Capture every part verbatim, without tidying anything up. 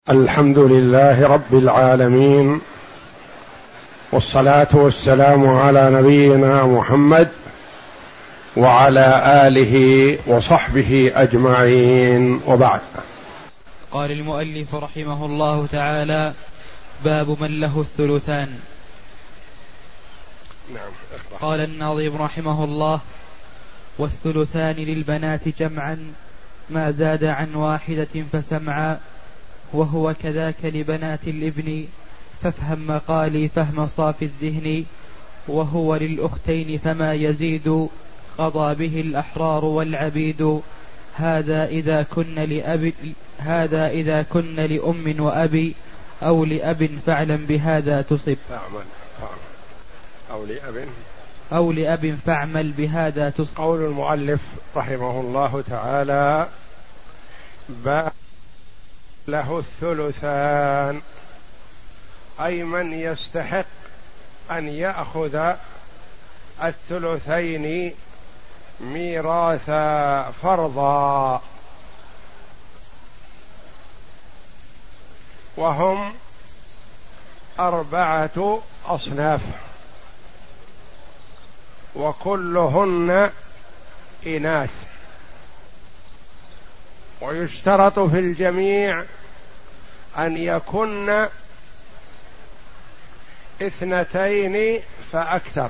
الحمد لله رب العالمين، والصلاة والسلام على نبينا محمد وعلى آله وصحبه أجمعين، وبعد. قال المؤلف رحمه الله تعالى: باب من له الثلثان. نعم. قال الناظم رحمه الله: والثلثان للبنات جمعا ما زاد عن واحدة فسمعا، وهو كذاك لبنات الابن فافهم مقالي فهم صافي الذهن، وهو للأختين فما يزيد قضى به الأحرار والعبيد، هذا إذا كن لأب هذا إذا كن لأم وأبي أو لأب فاعلم بهذا تصب فاعمل أو لأب أو لأب فاعمل بهذا تصب. قول المؤلف رحمه الله تعالى: باب له الثلثان، أي من يستحق أن يأخذ الثلثين ميراثا فرضا، وهم أربعة أصناف وكلهن إناث، ويشترط في الجميع أن يكن اثنتين فأكثر.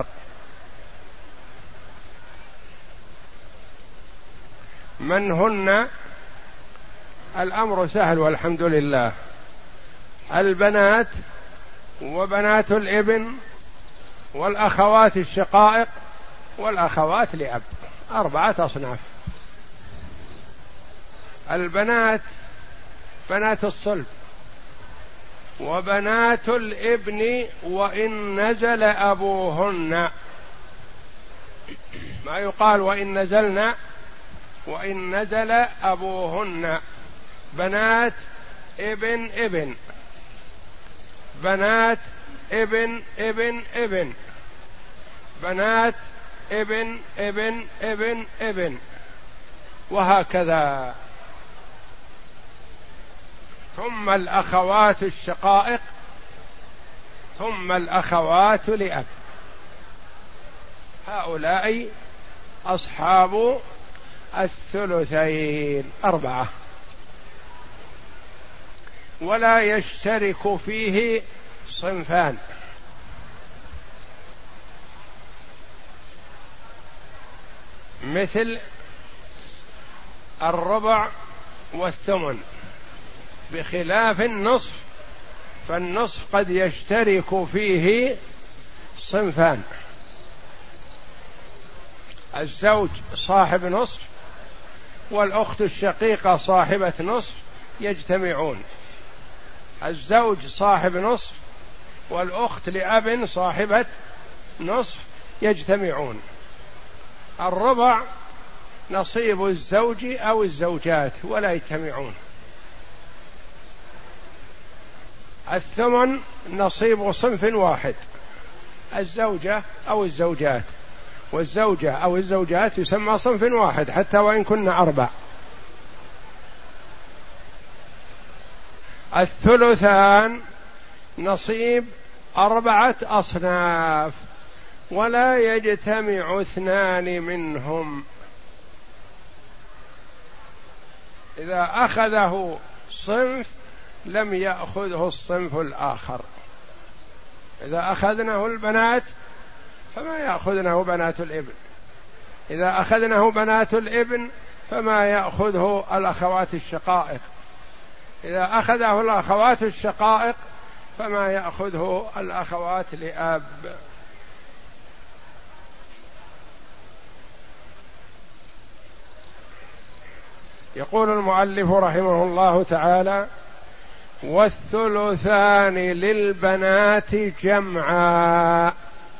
من هن؟ الأمر سهل والحمد لله: البنات وبنات الابن والأخوات الشقائق والأخوات لأب، أربعة أصناف. البنات بنات الصلب وبنات الابن وإن نزل أبوهن، ما يقال وإن نزلنا، وإن نزل أبوهن، بنات ابن ابن، بنات ابن ابن ابن، بنات ابن ابن ابن ابن، وهكذا. ثم الأخوات الشقائق، ثم الأخوات لأب، هؤلاء أصحاب الثلثين أربعة، ولا يشترك فيه صنفان، مثل الربع والثمن، بخلاف النصف، فالنصف قد يشترك فيه صنفان: الزوج صاحب نصف والأخت الشقيقة صاحبة نصف يجتمعون، الزوج صاحب نصف والأخت لأب صاحبة نصف يجتمعون. الربع نصيب الزوج أو الزوجات ولا يجتمعون. الثمن نصيب صنف واحد، الزوجة أو الزوجات، والزوجة أو الزوجات يسمى صنف واحد حتى وإن كنا أربع. الثلثان نصيب أربعة أصناف ولا يجتمع اثنان منهم، إذا أخذه صنف لم يأخذه الصنف الآخر. إذا أخذناه البنات فما يأخذنه بنات الابن، إذا أخذناه بنات الابن فما يأخذه الأخوات الشقائق، إذا أخذه الأخوات الشقائق فما يأخذه الأخوات لأب. يقول المؤلف رحمه الله تعالى: والثلثان للبنات جمعا.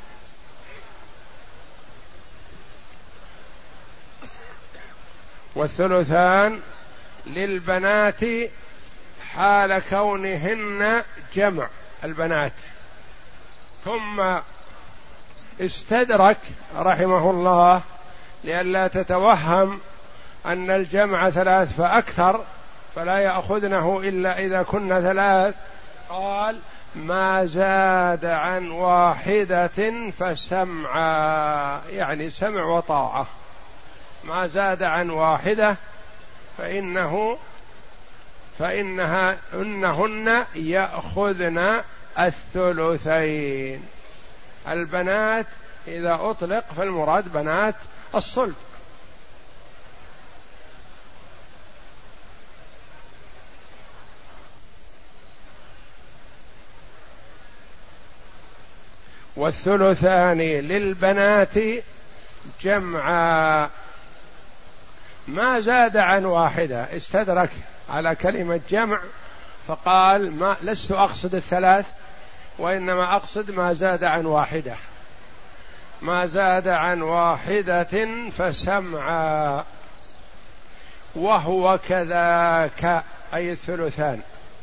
والثلثان للبنات حال كونهن جمع البنات. ثم استدرك رحمه الله لئلا تتوهم أن الجمع ثلاث فأكثر، فلا يأخذنه إلا إذا كنا ثلاث. قال ما زاد عن واحدة فسمعا، يعني سمع وطاعة. ما زاد عن واحدة فإنه فإنها إنهن يأخذن الثلثين. البنات إذا أطلق فالمراد بنات الصلب. والثلثان للبنات جمعا. ما زاد عن واحدة، استدرك على كلمة جمع فقال ما لست أقصد الثلاث، وإنما أقصد ما زاد عن واحدة. ما زاد عن واحدة فسمعا، وهو كذاك أي الثلثان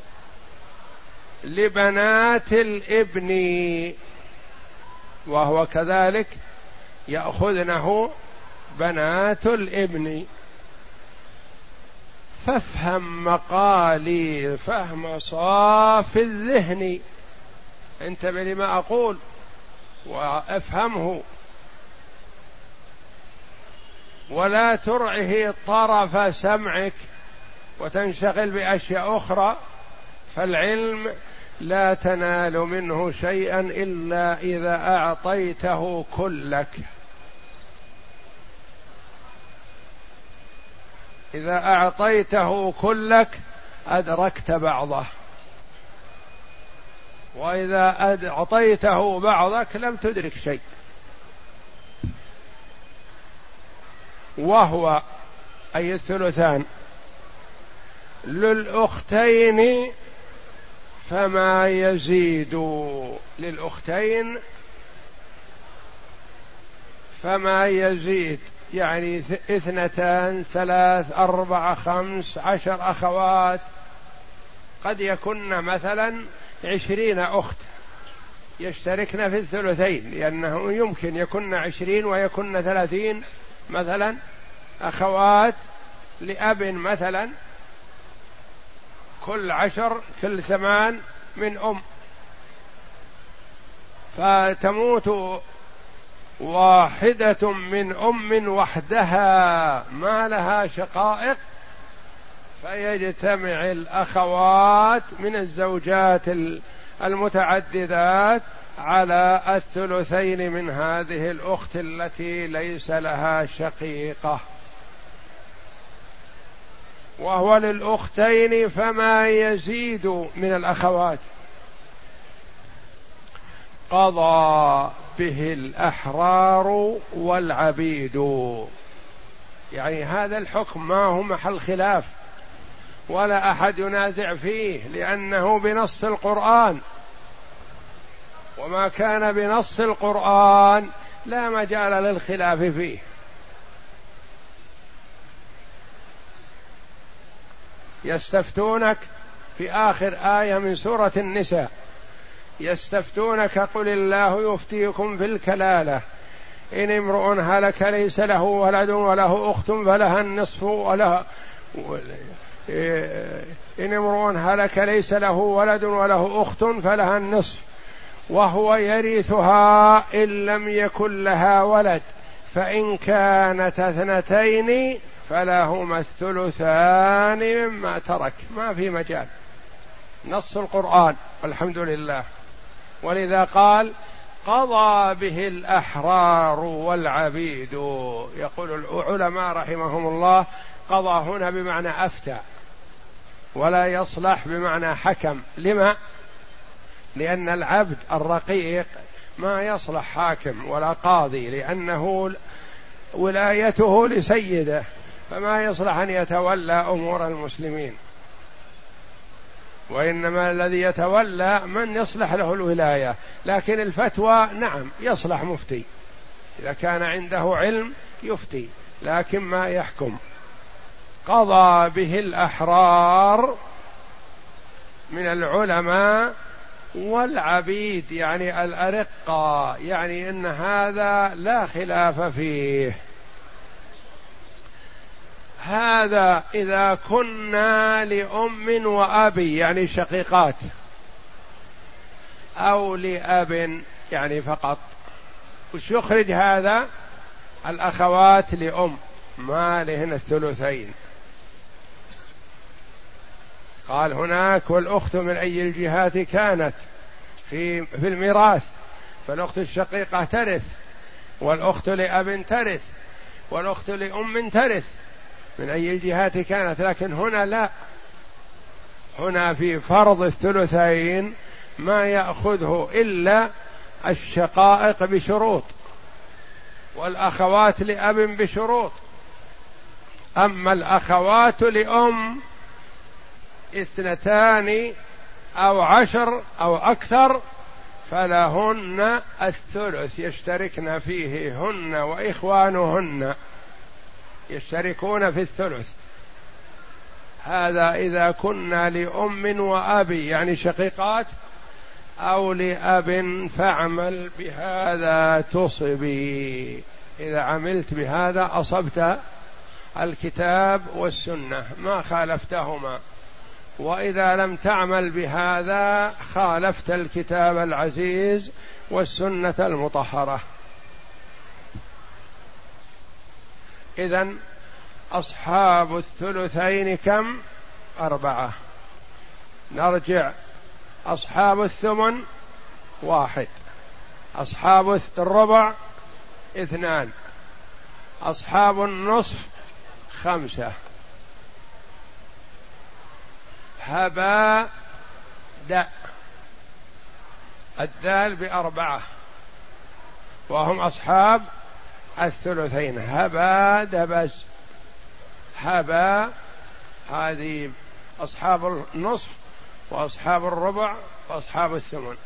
لبنات الابن، وهو كذلك يأخذنه بنات الابن. فافهم مقالي فهم صاف الذهن، انتبه لما أقول وافهمه، ولا ترعه طرف سمعك وتنشغل بأشياء أخرى، فالعلم لا تنال منه شيئا إلا إذا أعطيته كلك. إذا أعطيته كلك أدركت بعضه، وإذا أعطيته بعضك لم تدرك شيء. وهو أي الثلثان للأختين فما يزيد. للأختين فما يزيد، يعني اثنتان ثلاث أربع خمس عشر أخوات، قد يكن مثلا عشرين أخت يشتركن في الثلثين، لأنه يمكن يكن عشرين ويكن ثلاثين مثلا أخوات لأب مثلا، كل عشر كل ثمان من أم، فتموت واحدة من أم وحدها ما لها شقائق، فيجتمع الأخوات من الزوجات المتعددات على الثلثين من هذه الأخت التي ليس لها شقيقة. وهو للأختين فما يزيد من الأخوات قضى به الأحرار والعبيد. يعني هذا الحكم ما هو محل خلاف ولا أحد ينازع فيه، لأنه بنص القرآن، وما كان بنص القرآن لا مجال للخلاف فيه. يستفتونك في آخر آية من سورة النساء، يستفتونك قل الله يفتيكم في الكلالة إن امرؤ هلك ليس له ولد وله أخت فلها النصف وله إن امرؤ هلك ليس له ولد وله أخت فلها النصف وهو يرثها إن لم يكن لها ولد فإن كانت اثنتين فلهما الثلثان مما ترك. ما في مجال، نص القرآن والحمد لله. ولذا قال قضى به الأحرار والعبيد. يقول العلماء رحمهم الله قضى هنا بمعنى أفتى، ولا يصلح بمعنى حكم. لما؟ لأن العبد الرقيق ما يصلح حاكم ولا قاضي، لأنه ولايته لسيده، فما يصلح أن يتولى أمور المسلمين، وإنما الذي يتولى من يصلح له الولاية. لكن الفتوى نعم يصلح مفتي، إذا كان عنده علم يفتي، لكن ما يحكم. قضى به الأحرار من العلماء والعبيد، يعني الأرقة، يعني إن هذا لا خلاف فيه. هذا إذا كنا لأم وأبي يعني شقيقات، أو لأب يعني فقط. وش يخرج هذا؟ الأخوات لأم ما لهن الثلثين. قال هناك والأخت من أي الجهات كانت في في الميراث، فالأخت الشقيقة ترث، والأخت لأب ترث، والأخت لأم ترث من أي الجهات كانت. لكن هنا لا، هنا في فرض الثلثين ما يأخذه إلا الشقائق بشروط، والأخوات لأب بشروط. أما الأخوات لأم اثنتان أو عشر أو أكثر فلهن الثلث، يشتركن فيه هن وإخوانهن يشتركون في الثلث. هذا إذا كنا لأم وأبي يعني شقيقات، أو لأب فاعمل بهذا تصبي. إذا عملت بهذا أصبت الكتاب والسنة ما خالفتهما، وإذا لم تعمل بهذا خالفت الكتاب العزيز والسنة المطهرة. إذن أصحاب الثلثين كم؟ أربعة. نرجع: أصحاب الثمن واحد، أصحاب الربع اثنان، أصحاب النصف خمسة. هبا دأ الدال بأربعة وهم أصحاب الثلثين. هبا دبز هبا هذه أصحاب النصف وأصحاب الربع وأصحاب الثمن.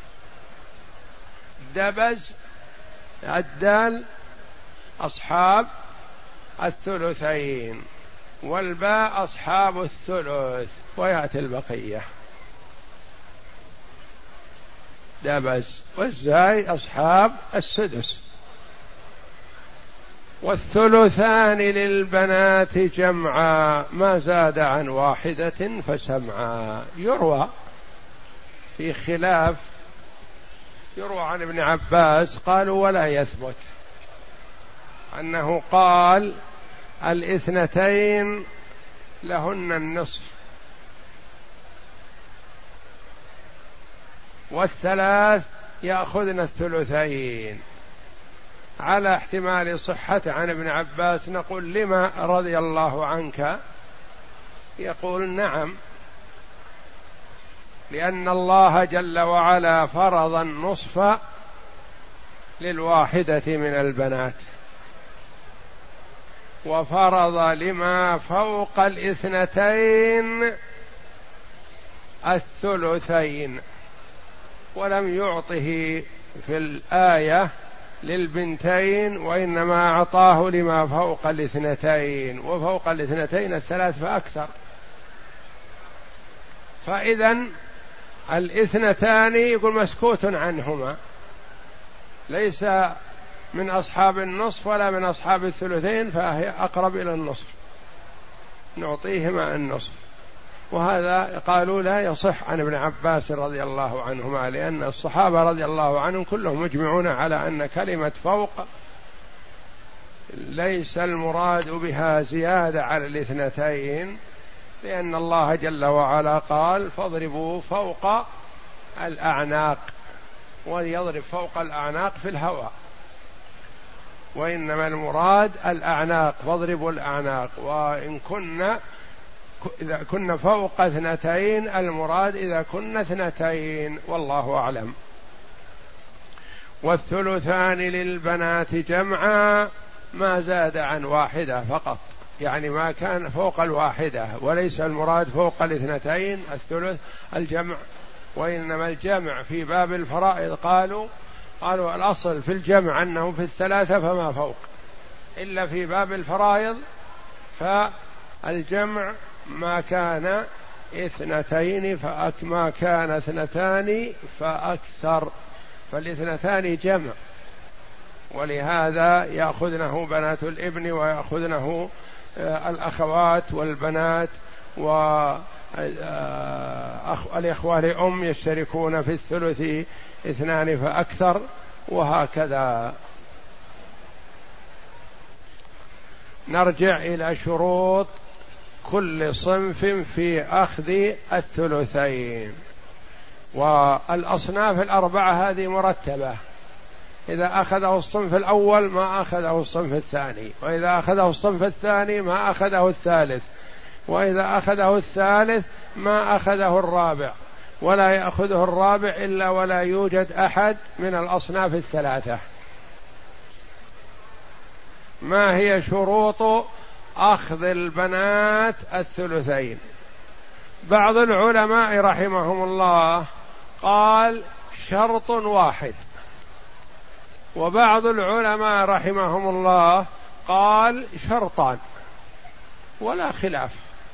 دبز الدال أصحاب الثلثين، والباء أصحاب الثلث، ويأتي البقية. دبز والزاي أصحاب السدس. والثلثان للبنات جمعا ما زاد عن واحدة فسمعا. يروى في خلاف، يروى عن ابن عباس قالوا ولا يثبت أنه قال الاثنتين لهن النصف والثلاث يأخذن الثلثين. على احتمال صحة عن ابن عباس نقول لما رضي الله عنك؟ يقول نعم، لأن الله جل وعلا فرض النصف للواحدة من البنات، وفرض لما فوق الاثنتين الثلثين، ولم يعطه في الآية للبنتين، وإنما أعطاه لما فوق الاثنتين، وفوق الاثنتين الثلاث فأكثر. فإذن الاثنتان يقول مسكوت عنهما، ليس من أصحاب النصف ولا من أصحاب الثلثين، فهي أقرب إلى النصف، نعطيهما النصف. وهذا قالوا لا يصح عن ابن عباس رضي الله عنهما، لأن الصحابة رضي الله عنهم كلهم مجمعون على أن كلمة فوق ليس المراد بها زيادة على الاثنتين، لأن الله جل وعلا قال فاضربوا فوق الأعناق، وليضرب فوق الأعناق في الهواء، وإنما المراد الأعناق، فاضربوا الأعناق. وإن كنا إذا كنا فوق اثنتين المراد إذا كنا اثنتين، والله أعلم. والثلثان للبنات جمعا ما زاد عن واحدة فقط، يعني ما كان فوق الواحدة، وليس المراد فوق الاثنتين الثلث الجمع، وإنما الجمع في باب الفرائض قالوا قالوا الأصل في الجمع أنه في الثلاثة فما فوق، إلا في باب الفرائض فالجمع ما كان اثنتين فأك ما كان اثنتان فأكثر، فالاثنتان جمع، ولهذا يأخذنه بنات الابن ويأخذنه الأخوات والبنات والإخوة لأم يشتركون في الثلث اثنان فأكثر، وهكذا. نرجع إلى شروط كل صنف في أخذ الثلثين. والأصناف الأربعة هذه مرتبة، إذا أخذه الصنف الأول ما أخذه الصنف الثاني، وإذا أخذه الصنف الثاني ما أخذه الثالث، وإذا أخذه الثالث ما أخذه الرابع، ولا يأخذه الرابع إلا ولا يوجد أحد من الأصناف الثلاثة. ما هي شروط أخذ البنات الثلثين؟ بعض العلماء رحمهم الله قال شرط واحد، وبعض العلماء رحمهم الله قال شرطان، ولا خلاف.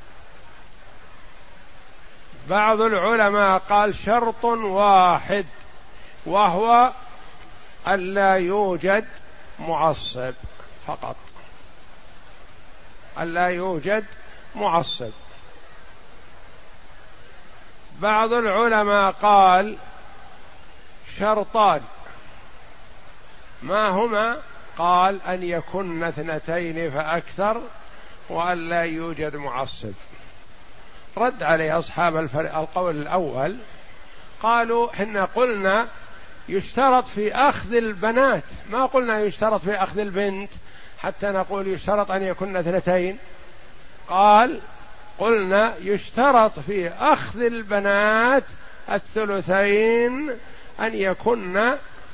بعض العلماء قال شرط واحد، وهو ألا يوجد معصب فقط، ألا يوجد معصب. بعض العلماء قال شرطان، ما هما؟ قال أن يكن اثنتين فأكثر، وأن لا يوجد معصب. رد عليه أصحاب القول الأول، قالوا حنا قلنا يشترط في أخذ البنات، ما قلنا يشترط في أخذ البنت حتى نقول يشترط أن يكن اثنتين. قال قلنا يشترط في أخذ البنات الثلثين أن يكن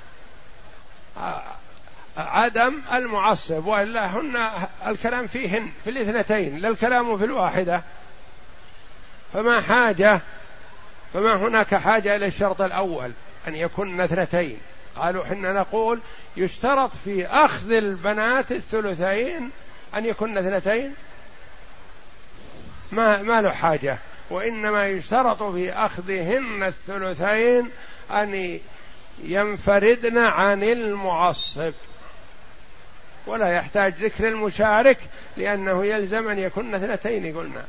عدم المعصب، وإلا هن الكلام فيهن في الاثنتين، لا الكلام في الواحدة، فما حاجة فما هناك حاجة إلى الشرط الأول أن يكن اثنتين. قالوا حنا نقول يشترط في أخذ البنات الثلثين أن يكن اثنتين، ما ما له حاجة، وإنما يشترط في أخذهن الثلثين أن ينفردن عن المعصب، ولا يحتاج ذكر المشارك لأنه يلزم أن يكن اثنتين قلنا.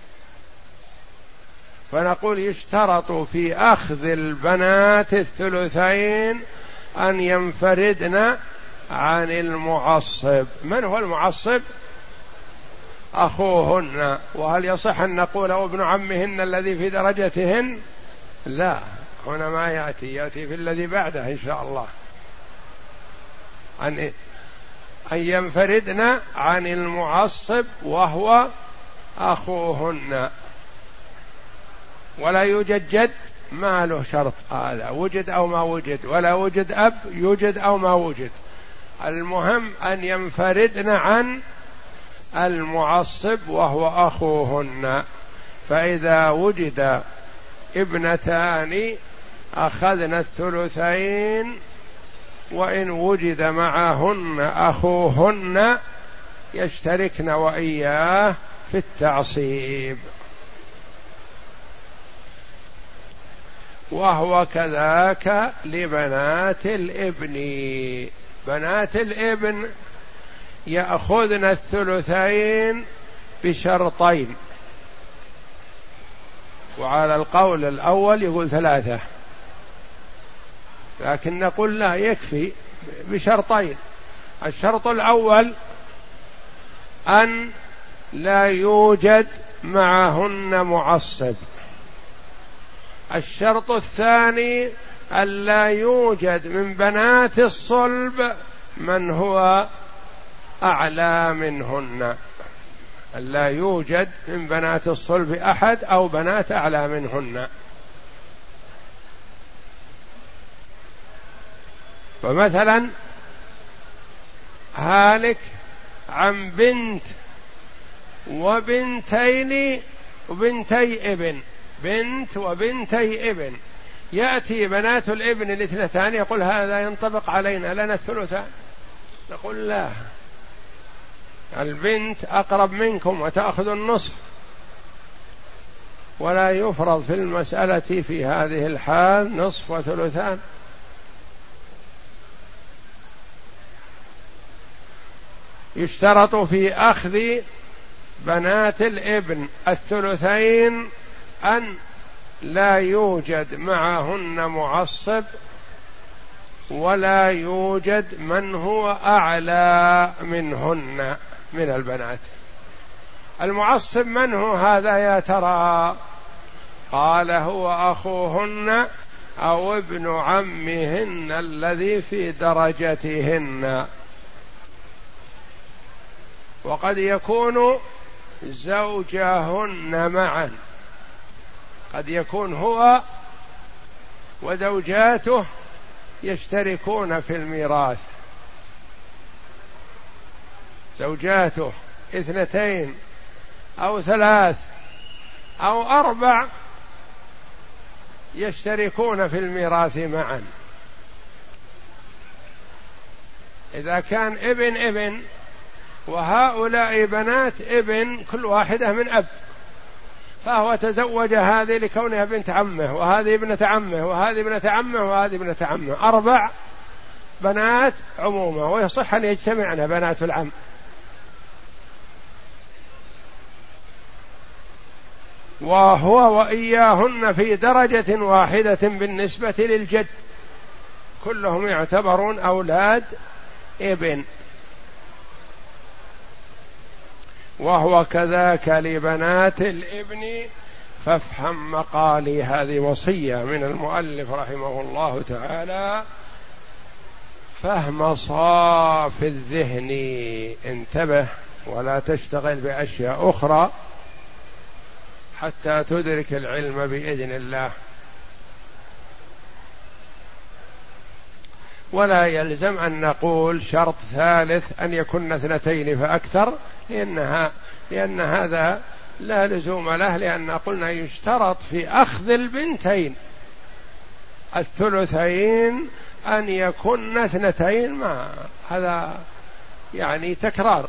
فنقول يشترط في أخذ البنات الثلثين أن ينفردن عن المعصب. من هو المعصب؟ أخوهن. وهل يصح أن نقول أو ابن عمهن الذي في درجتهن؟ لا، هنا ما يأتي، يأتي في الذي بعده إن شاء الله. أن أن ينفردن عن المعصب وهو أخوهن. ولا يوجد جد، ما له شرط هذا، وجد أو ما وجد، ولا وجد أب، يوجد أو ما وجد، المهم أن ينفردن عن المعصب وهو أخوهن. فإذا وجد ابنتان أخذنا الثلثين، وإن وجد معهن أخوهن يشتركن وإياه في التعصيب. وهو كذاك لبنات الابن. بنات الابن يأخذن الثلثين بشرطين، وعلى القول الأول يقول ثلاثة، لكن نقول لا، يكفي بشرطين. الشرط الأول أن لا يوجد معهن معصب. الشرط الثاني أن لا يوجد من بنات الصلب من هو أعلى منهن، أن لا يوجد من بنات الصلب أحد أو بنات أعلى منهن. فمثلا هالك عن بنت وبنتين وبنتي ابن، بنت وبنتي ابن، يأتي بنات الابن الاثنتان يقول هذا ينطبق علينا، لنا الثلثان. نقول لا، البنت أقرب منكم وتأخذ النصف، ولا يفرض في المسألة في هذه الحال نصف وثلثان. يشترط في أخذ بنات الابن الثلثين أن لا يوجد معهن معصب ولا يوجد من هو أعلى منهن من البنات. المعصب من هو هذا يا ترى؟ قال هو أخوهن أو ابن عمهن الذي في درجتهن، وقد يكون زوجهن معا، قد يكون هو وزوجاته يشتركون في الميراث، زوجاته اثنتين أو ثلاث أو أربع يشتركون في الميراث معا. إذا كان ابن ابن وهؤلاء بنات ابن كل واحدة من أب، فهو تزوج هذه لكونها بنت عمه، وهذه ابنة عمه، وهذه ابنة عمه، وهذه ابنة عمه، أربع بنات عمومة، ويصح أن يجتمعن بنات العم. وهو وإياهن في درجة واحدة بالنسبة للجد، كلهم يعتبرون أولاد ابن. وهو كذاك لبنات الابن فافهم مقالي. هذه وصية من المؤلف رحمه الله تعالى، فهم صاف الذهن، انتبه ولا تشتغل بأشياء أخرى حتى تدرك العلم بإذن الله. ولا يلزم أن نقول شرط ثالث أن يكون اثنتين فأكثر، لأنها لأن هذا لا لزوم له، لأن قلنا يشترط في أخذ البنتين الثلثين أن يكون اثنتين، ما هذا يعني تكرار.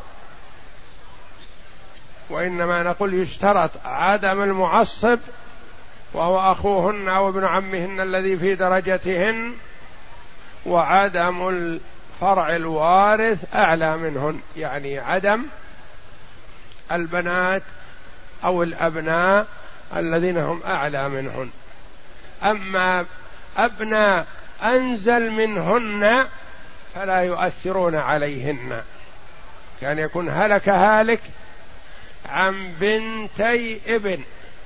وإنما نقول يشترط عدم المعصب وهو أخوهن أو ابن عمهن الذي في درجتهن، وعدم الفرع الوارث أعلى منهن، يعني عدم البنات أو الأبناء الذين هم أعلى منهن. أما أبناء أنزل منهن فلا يؤثرون عليهن، كان يكون هلك هالك عن بنتي ابن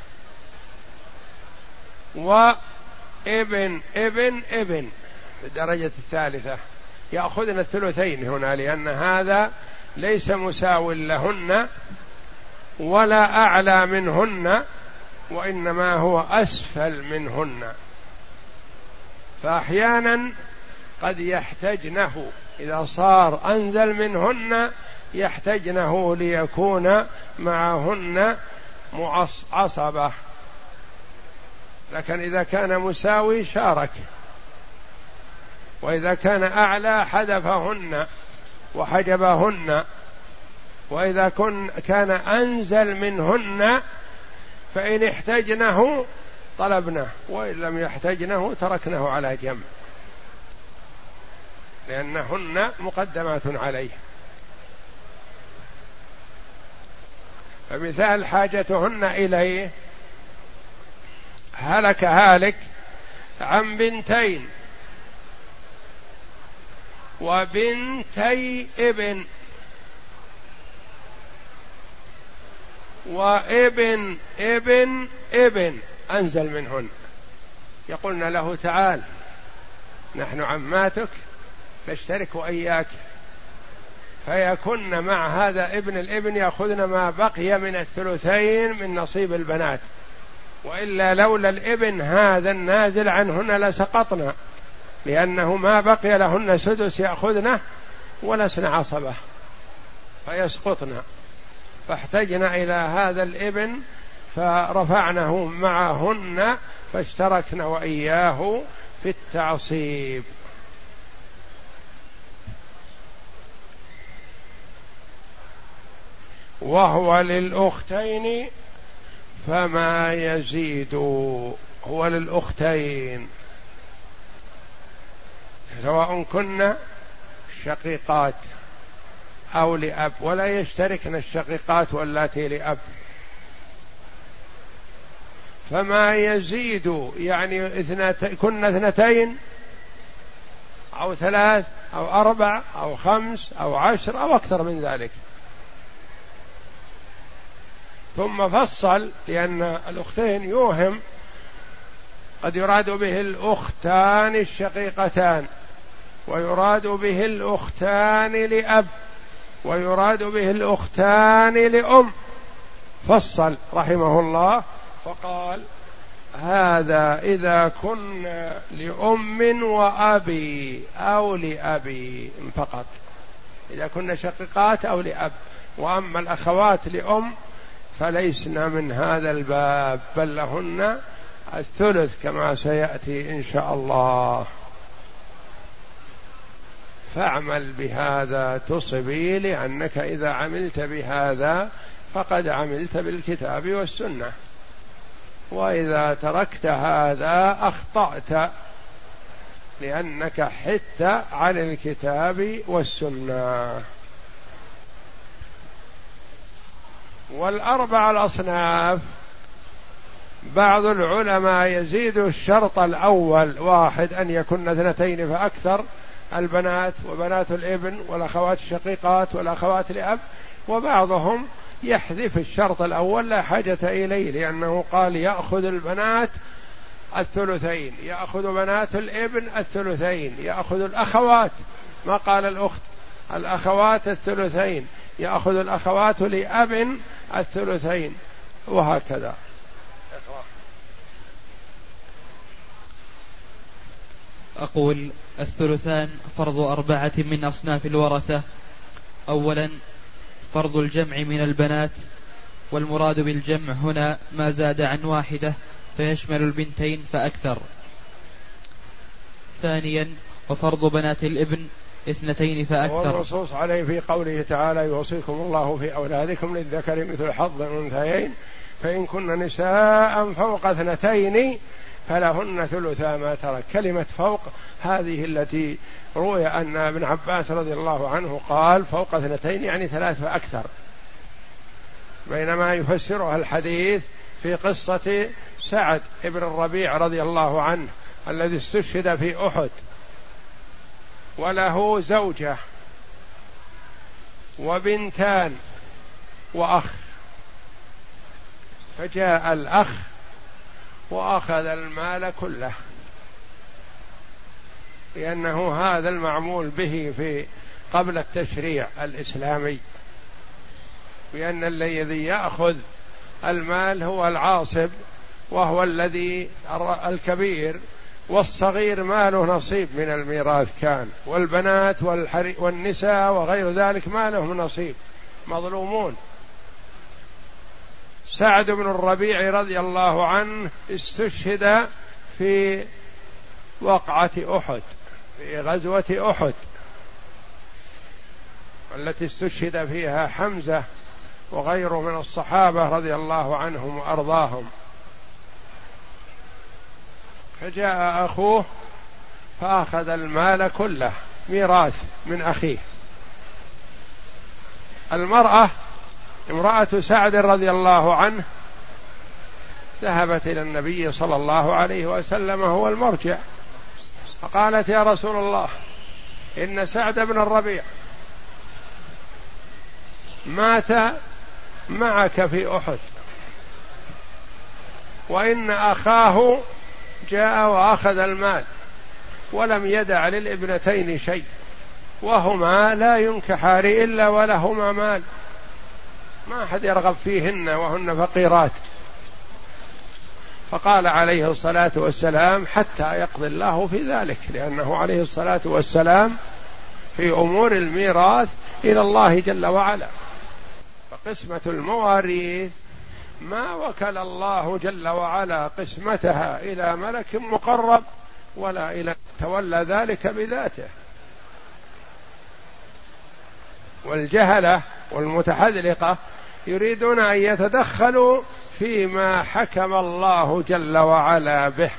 وابن ابن ابن بالدرجة الثالثة يأخذن الثلثين هنا، لأن هذا ليس مساو لهن ولا أعلى منهن، وإنما هو أسفل منهن. فأحيانا قد يحتجنه إذا صار أنزل منهن، يحتجنه ليكون معهن عصبة، لكن إذا كان مساوي شارك، وإذا كان أعلى حذفهن وحجبهن، وإذا كان أنزل منهن فإن احتجنه طلبناه، وإن لم يحتجنه تركناه على جنب، لأنهن مقدمات عليه. فمثال حاجتهن إليه هلك هالك عن بنتين وبنتي ابن وابن ابن ابن أنزل منهن، يقولن له تعال نحن عماتك نشترك وإياك، فيكن مع هذا ابن الابن يأخذن ما بقي من الثلثين من نصيب البنات، وإلا لولا الابن هذا النازل عنهن لسقطنا، لأنه ما بقي لهن سدس يأخذنه ولسن عصبة فيسقطنا، فاحتجنا إلى هذا الابن فرفعناه معهن فاشتركنا وإياه في التعصيب. وهو للأختين فما يزيد، هو للأختين سواء كن شقيقات أو لأب، ولا يشتركن الشقيقات واللاتي لأب. فما يزيد يعني اثنت... كن اثنتين أو ثلاث أو أربع أو خمس أو عشر أو أكثر من ذلك. ثم فصل لأن الأختين يوهم قد يراد به الأختان الشقيقتان، ويراد به الأختان لأب، ويراد به الأختان لأم. فصل رحمه الله فقال: هذا إذا كن لأم وأبي أو لأبي فقط، إذا كن شقيقات أو لأب. وأما الأخوات لأم فليسن من هذا الباب، بل لهن الثلث كما سيأتي إن شاء الله. فاعمل بهذا تصبي، لأنك إذا عملت بهذا فقد عملت بالكتاب والسنة، وإذا تركت هذا أخطأت، لأنك حدت عن الكتاب والسنة. والأربع الأصناف بعض العلماء يزيد الشرط الأول واحد أن يكن اثنتين فأكثر، البنات وبنات الابن والأخوات الشقيقات والأخوات لأب، وبعضهم يحذف الشرط الأول لا حاجة إليه، لأنه قال يأخذ البنات الثلثين، يأخذ بنات الابن الثلثين، يأخذ الأخوات، ما قال الأخت، الأخوات الثلثين، يأخذ الأخوات لأب الثلثين، وهكذا. أقول: الثلثان فرض أربعة من أصناف الورثة. أولا فرض الجمع من البنات، والمراد بالجمع هنا ما زاد عن واحدة فيشمل البنتين فأكثر. ثانيا وفرض بنات الابن اثنتين فأكثر، والنصوص عليه في قوله تعالى: يوصيكم الله في أولادكم للذكر مثل حظ الأنثيين فإن كن نساء فوق اثنتين فلهن ثلثا ما ترك. كلمة فوق هذه التي روي أن ابن عباس رضي الله عنه قال فوق اثنتين يعني ثلاث فأكثر، بينما يفسرها الحديث في قصة سعد ابن الربيع رضي الله عنه الذي استشهد في أحد، وله زوجة وبنتان وأخ، فجاء الأخ وأخذ المال كله، لأنه هذا المعمول به في قبل التشريع الإسلامي، بأن الذي يأخذ المال هو العاصب، وهو الذي الكبير، والصغير ما له نصيب من الميراث كان، والبنات والنساء وغير ذلك ما لهم نصيب، مظلومون. سعد بن الربيع رضي الله عنه استشهد في وقعة أحد، في غزوة أحد التي استشهد فيها حمزة وغيره من الصحابة رضي الله عنهم وأرضاهم. فجاء أخوه فأخذ المال كله ميراث من أخيه. المرأة امرأة سعد رضي الله عنه ذهبت إلى النبي صلى الله عليه وسلم هو المرجع، فقالت: يا رسول الله، إن سعد بن الربيع مات معك في أحد، وإن أخاه جاء وأخذ المال ولم يدع للابنتين شيء، وهما لا ينكحان إلا ولهما مال، ما أحد يرغب فيهن وهن فقيرات. فقال عليه الصلاة والسلام: حتى يقضي الله في ذلك، لأنه عليه الصلاة والسلام في أمور الميراث إلى الله جل وعلا. فقسمة المواريث ما وكل الله جل وعلا قسمتها إلى ملك مقرب ولا إلى تولى ذلك بذاته. والجهلة والمتحذلقة يريدون أن يتدخلوا فيما حكم الله جل وعلا به،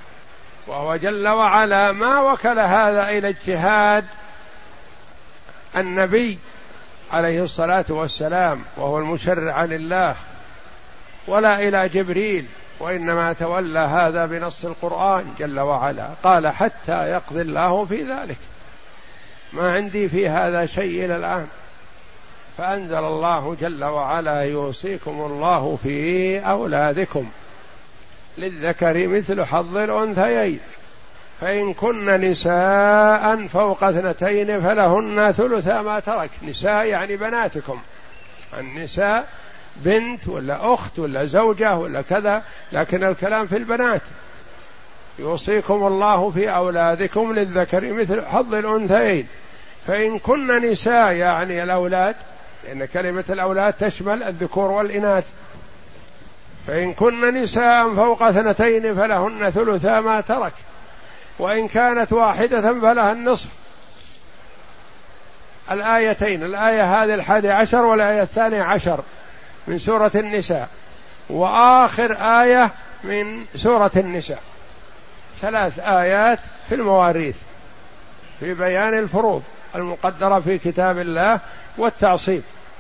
وهو جل وعلا ما وكل هذا إلى اجتهاد النبي عليه الصلاة والسلام وهو المشرع لله، ولا إلى جبريل، وإنما تولى هذا بنص القرآن جل وعلا، قال حتى يقضي الله في ذلك، ما عندي في هذا شيء إلى الآن. فأنزل الله جل وعلا يوصيكم الله في أولادكم للذكر مثل حظ الأنثيين، فإن كن نساء فوق اثنتين فلهن ثلثا ما ترك. نساء يعني بناتكم، النساء بنت ولا أخت ولا زوجة ولا كذا، لكن الكلام في البنات. يوصيكم الله في أولادكم للذكر مثل حظ الأنثيين، فإن كن نساء يعني الأولاد، لأن كلمة الأولاد تشمل الذكور والإناث. فإن كن نساء فوق اثنتين فلهن ثلثا ما ترك، وإن كانت واحدة فلها النصف. الآيتين، الآية هذه الحادي عشر والآية الثانية عشر من سورة النساء، وآخر آية من سورة النساء، ثلاث آيات في المواريث في بيان الفروض المقدرة في كتاب الله والتعصيب،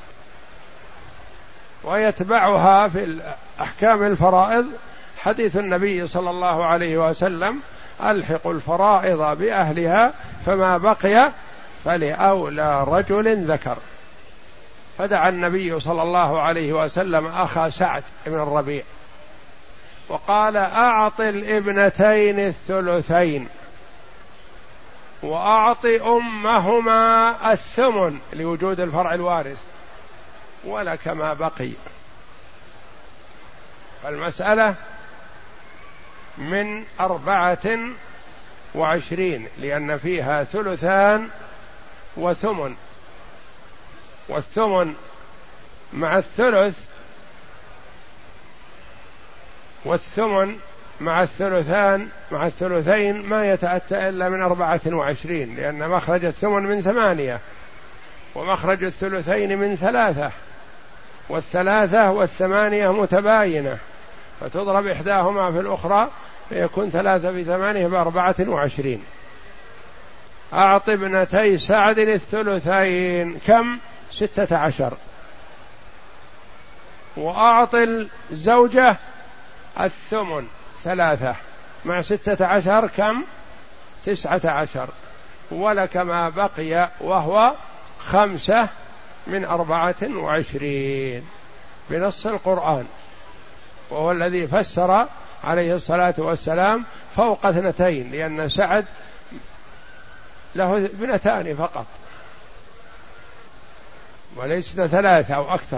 ويتبعها في أحكام الفرائض حديث النبي صلى الله عليه وسلم: ألحقوا الفرائض بأهلها فما بقي فلأولى رجل ذكر. فدعا النبي صلى الله عليه وسلم أخا سعد بن الربيع وقال: أعط الابنتين الثلثين وأعط أمهما الثمن لوجود الفرع الوارث ولك ما بقي. فالمسألة من أربعة وعشرين، لأن فيها ثلثان وثمن، والثمن مع الثلث والثمن مع الثلثان مع الثلثين ما يتأتى إلا من أربعة وعشرين، لأن مخرج الثمن من ثمانية ومخرج الثلثين من ثلاثة، والثلاثة والثمانية متباينة، فتضرب إحداهما في الأخرى فيكون ثلاثة في ثمانية بأربعة وعشرين. أعط ابنتي سعد الثلثين كم؟ ستة عشر. وأعط الزوجة الثمن ثلاثة مع ستة عشر كم؟ تسعة عشر. ولك ما بقي وهو خمسة من أربعة وعشرين بنص القرآن، وهو الذي فسر عليه الصلاة والسلام فوق اثنتين، لأن سعد له ابنتان فقط وليس ثلاثة أو أكثر.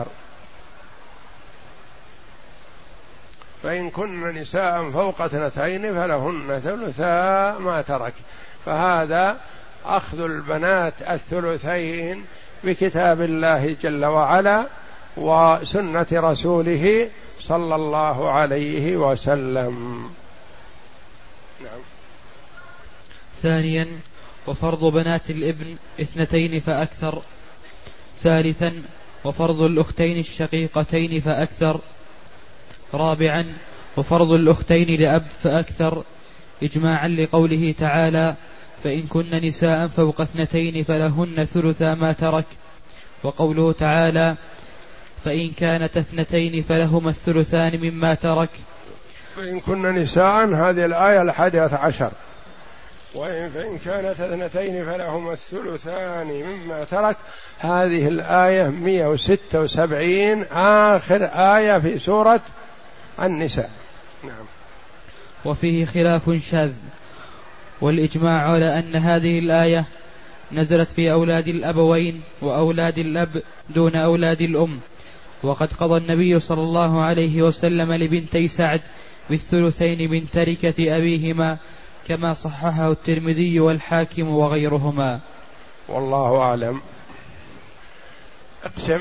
فإن كن نساء فوق اثنتين فلهن ثلثا ما ترك. فهذا أخذ البنات الثلثين بكتاب الله جل وعلا وسنة رسوله صلى الله عليه وسلم. نعم. ثانيا: وفرض بنات الابن اثنتين فأكثر. ثالثا: وفرض الأختين الشقيقتين فأكثر. رابعا: وفرض الأختين لأب فأكثر، إجماعا لقوله تعالى: فإن كن نساء فوق اثنتين فلهن ثلثا ما ترك، وقوله تعالى: فإن كانت اثنتين فلهما الثلثان مما ترك. فإن كن نساء هذه الآية الحادية عشر. وإن فإن كانت اثنتين فلهما الثلثان مما ترك، هذه الآية مئة وستة وسبعين، آخر آية في سورة النساء. نعم. وفيه خلاف شاذ، والإجماع على أن هذه الآية نزلت في أولاد الأبوين وأولاد الأب دون أولاد الأم، وقد قضى النبي صلى الله عليه وسلم لبنتي سعد بالثلثين من تركة أبيهما، كما صححه الترمذي والحاكم وغيرهما. والله أعلم. اقسم.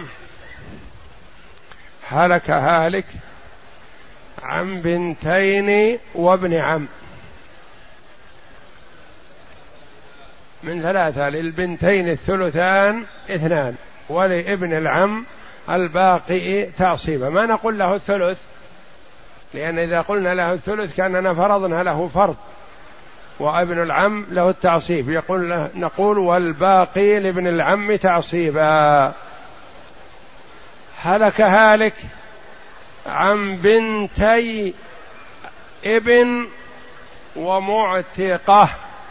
هلك هالك عن بنتين وابن عم من ثلاثة، للبنتين الثلثان اثنان، ولابن العم الباقي تعصيبا. ما نقول له الثلث، لأن إذا قلنا له الثلث كأننا فرضنا له فرض، وابن العم له التعصيب، يقول له نقول والباقي لابن العم تعصيبا. هلك هالك عن بنتي ابن ومعتقة.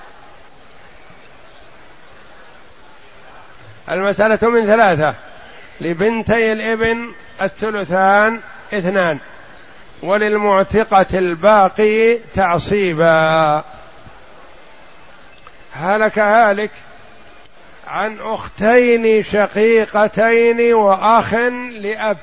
المسألة من ثلاثة: لبنتي الابن الثلثان اثنان، وللمعتقة الباقي تعصيبا. هلك هالك عن أختين شقيقتين وأخ لأب.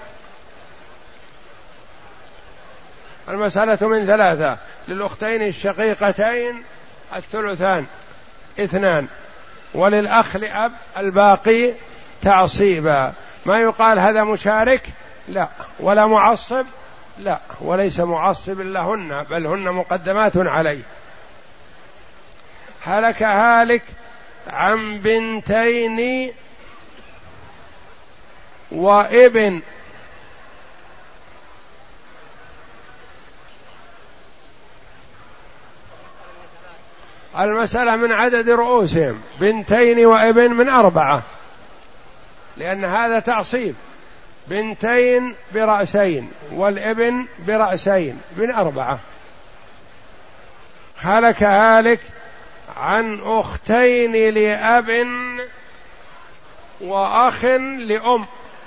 المسألة من ثلاثة: للأختين الشقيقتين الثلثان اثنان، وللأخ لأب الباقي تعصيبا. ما يقال هذا مشارك، لا، ولا معصب، لا، وليس معصب لهن، بل هن مقدمات عليه. هلك هالك عن بنتين وابن. المسألة من عدد رؤوسهم، بنتين وابن من أربعة، لأن هذا تعصيب، بنتين برأسين والابن برأسين من أربعة. هلك هالك عن أختين لأب وأخ لأم.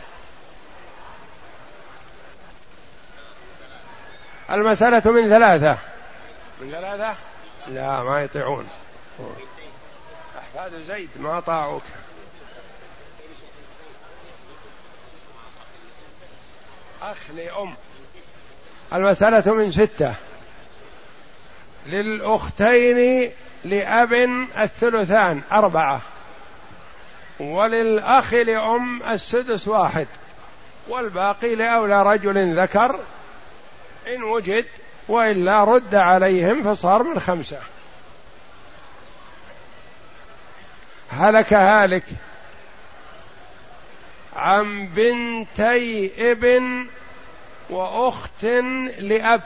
المسألة من ثلاثة. من ثلاثة؟ لا، ما يطيعون، أحفاد زيد ما طاعوك. أخ لأم. المسألة من ستة: للأختين لأب الثلثان أربعة، وللأخ لأم السدس واحد، والباقي لأولى رجل ذكر إن وجد، وإلا رد عليهم فصار من خمسة. هلك هالك عن بنتي ابن وأخت لأب.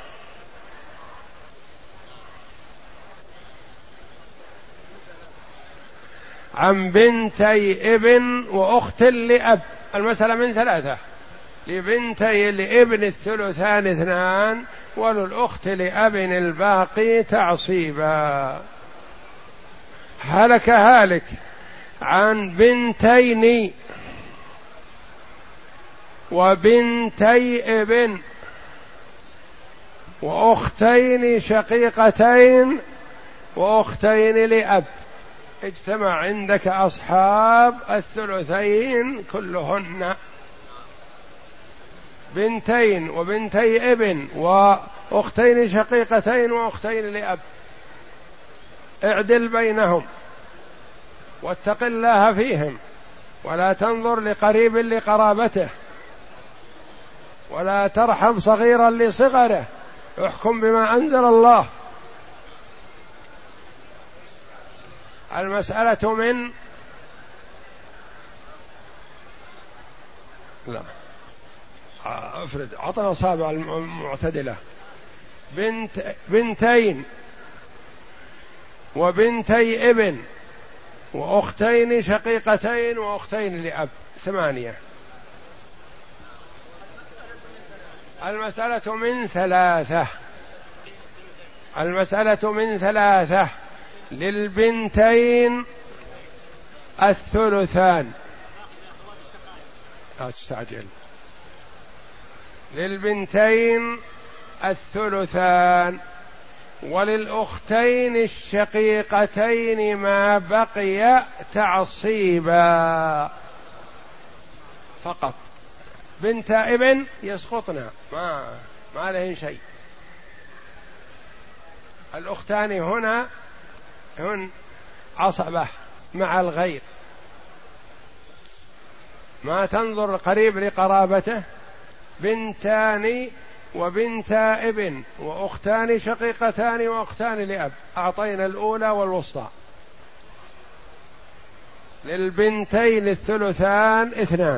عن بنتي ابن وأخت لأب. المسألة من ثلاثة: لبنتي الابن الثلثان اثنان، وللأخت لأب الباقي تعصيبا. هلك هالك عن بنتين وبنتي ابن وأختين شقيقتين وأختين لأب. اجتمع عندك أصحاب الثلثين كلهن، بنتين وبنتي ابن وأختين شقيقتين وأختين لأب. اعدل بينهم واتق الله فيهم، ولا تنظر لقريب لقرابته، ولا ترحم صغيرا لصغره، احكم بما أنزل الله. المسألة من لا افرد عطنا أصابع المعتدلة. بنت بنتين وبنتي ابن وأختين شقيقتين وأختين لأب ثمانية. المسألة من ثلاثة. المسألة من ثلاثة: للبنتين الثلثان. لا تستعجل. للبنتين الثلثان، وللأختين الشقيقتين ما بقي تعصيبا فقط. بنت ابن يسقطنا، ما ما لهن شيء. الأختان هنا هن عصبة مع الغير، ما تنظر قريب لقرابته. بنتان وبنتا ابن وأختان شقيقتان وأختان لأب، أعطينا الأولى والوسطى. للبنتين الثلثان اثنان،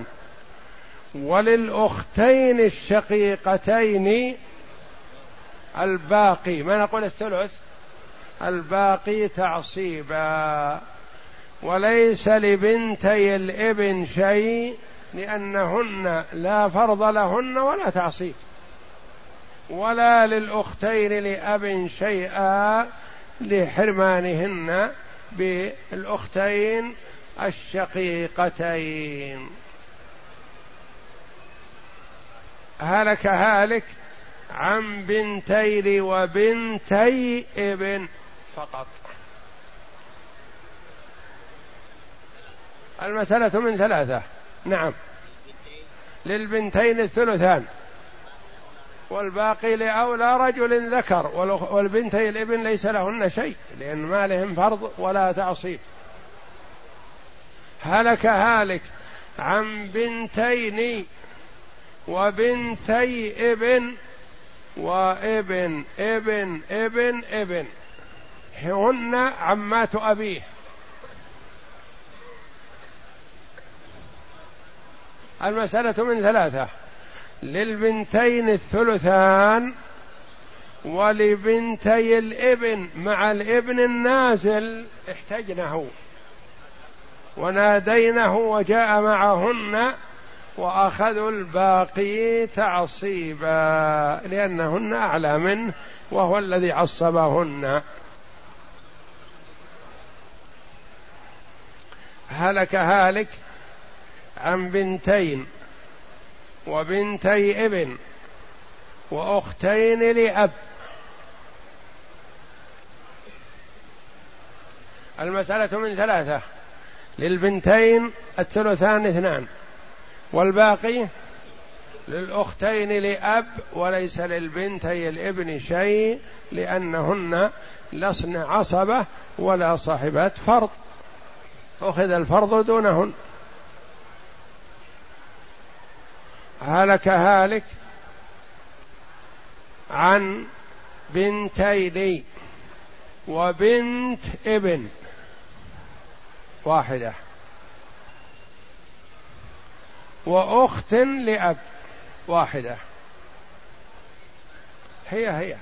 وللأختين الشقيقتين الباقي. ما نقول الثلث؟ الباقي تعصيبا. وليس لبنتي الابن شيء لأنهن لا فرض لهن ولا تعصيب، ولا للأختين لأب شيئا لحرمانهن بالأختين الشقيقتين. هلك هالك عن بنتين وبنتي ابن فقط. المسألة من ثلاثة. نعم، للبنتين الثلثان والباقي لأولى رجل ذكر، والبنتي الابن ليس لهن شيء لأن ما لهم فرض ولا تعصيب. هلك هالك عن بنتين وبنتي ابن وابن ابن ابن ابن، هن عمات أبيه. المسألة من ثلاثة، للبنتين الثلثان ولبنتي الابن مع الابن النازل احتجنه ونادينه وجاء معهن وأخذوا الباقي تعصيبا لأنهن أعلى منه وهو الذي عصبهن. هلك هالك عن بنتين وبنتي ابن وأختين لأب. المسألة من ثلاثة، للبنتين الثلثان اثنان والباقي للأختين لأب، وليس للبنتي الابن شيء لأنهن لسن عصبة ولا صاحبات فرض، أخذ الفرض دونهن. هلك هالك عن بنتين وبنت ابن واحدة وأخت لأب واحدة، هي هي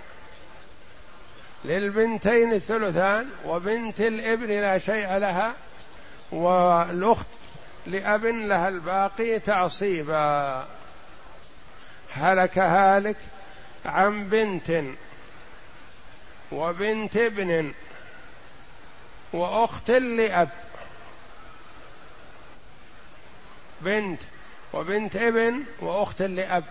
للبنتين الثلثان وبنت الابن لا شيء لها والأخت لأب لها الباقي تعصيبا. هلك هالك عن بنت وبنت ابن وأخت لأب. بنت وبنت ابن وأخت لأب.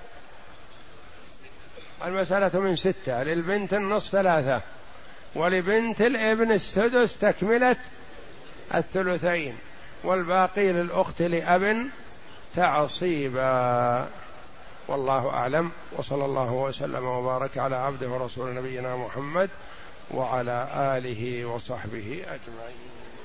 المسألة من ستة، للبنت النصف ثلاثة ولبنت الابن السدس تكملة الثلثين والباقي للأخت لأب تعصيبا. والله أعلم، وصلى الله وسلم وبارك على عبده ورسول نبينا محمد وعلى آله وصحبه أجمعين.